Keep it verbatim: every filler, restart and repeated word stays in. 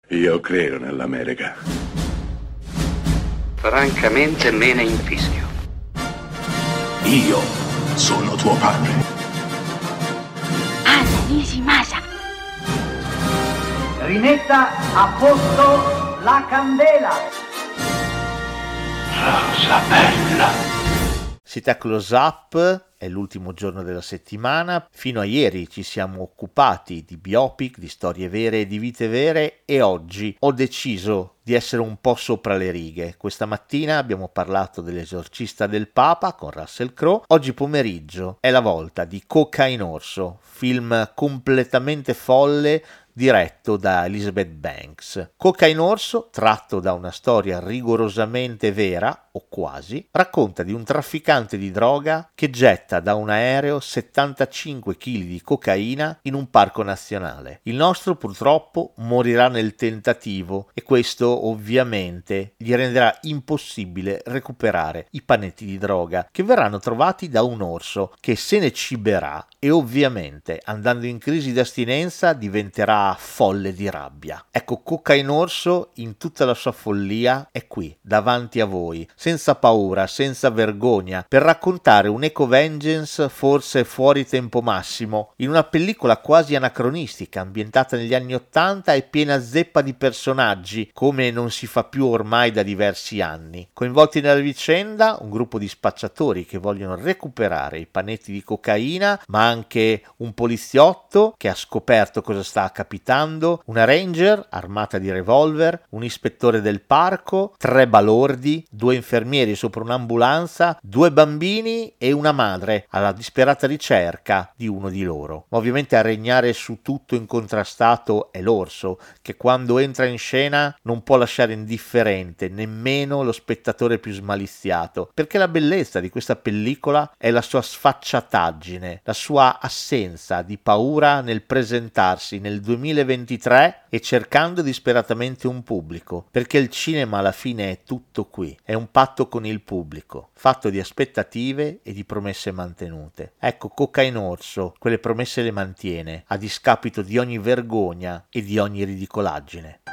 Io credo nell'America. Francamente me ne infischio. Io sono tuo padre. Anna Nishimasa. Rimetta a posto la candela. Rosa bella. Siete a Close Up, è l'ultimo giorno della settimana. Fino a ieri ci siamo occupati di biopic, di storie vere e di vite vere, e oggi ho deciso di essere un po' sopra le righe. Questa mattina abbiamo parlato dell'Esorcista del Papa con Russell Crowe. Oggi pomeriggio è la volta di Coca in Orso, film completamente folle diretto da Elizabeth Banks. Coca in Orso, tratto da una storia rigorosamente vera, o quasi, racconta di un trafficante di droga che getta da un aereo settantacinque chili di cocaina in un parco nazionale. Il nostro purtroppo morirà nel tentativo e questo ovviamente gli renderà impossibile recuperare i panetti di droga che verranno trovati da un orso che se ne ciberà e ovviamente andando in crisi d'astinenza diventerà folle di rabbia. Ecco, Coca in Orso in tutta la sua follia è qui davanti a voi, senza paura, senza vergogna, per raccontare un eco-vengeance forse fuori tempo massimo, in una pellicola quasi anacronistica, ambientata negli anni ottanta e piena zeppa di personaggi, come non si fa più ormai da diversi anni. Coinvolti nella vicenda un gruppo di spacciatori che vogliono recuperare i panetti di cocaina, ma anche un poliziotto che ha scoperto cosa sta capitando, una ranger armata di revolver, un ispettore del parco, tre balordi, due infermieri sopra un'ambulanza, due bambini e una madre alla disperata ricerca di uno di loro. Ma ovviamente a regnare su tutto incontrastato è l'orso, che quando entra in scena non può lasciare indifferente nemmeno lo spettatore più smaliziato, perché la bellezza di questa pellicola è la sua sfacciataggine, la sua assenza di paura nel presentarsi nel duemilaventitré e cercando disperatamente un pubblico, perché il cinema alla fine è tutto qui, è un patto con il pubblico, fatto di aspettative e di promesse mantenute. Ecco, Coca in Orso quelle promesse le mantiene, a discapito di ogni vergogna e di ogni ridicolaggine.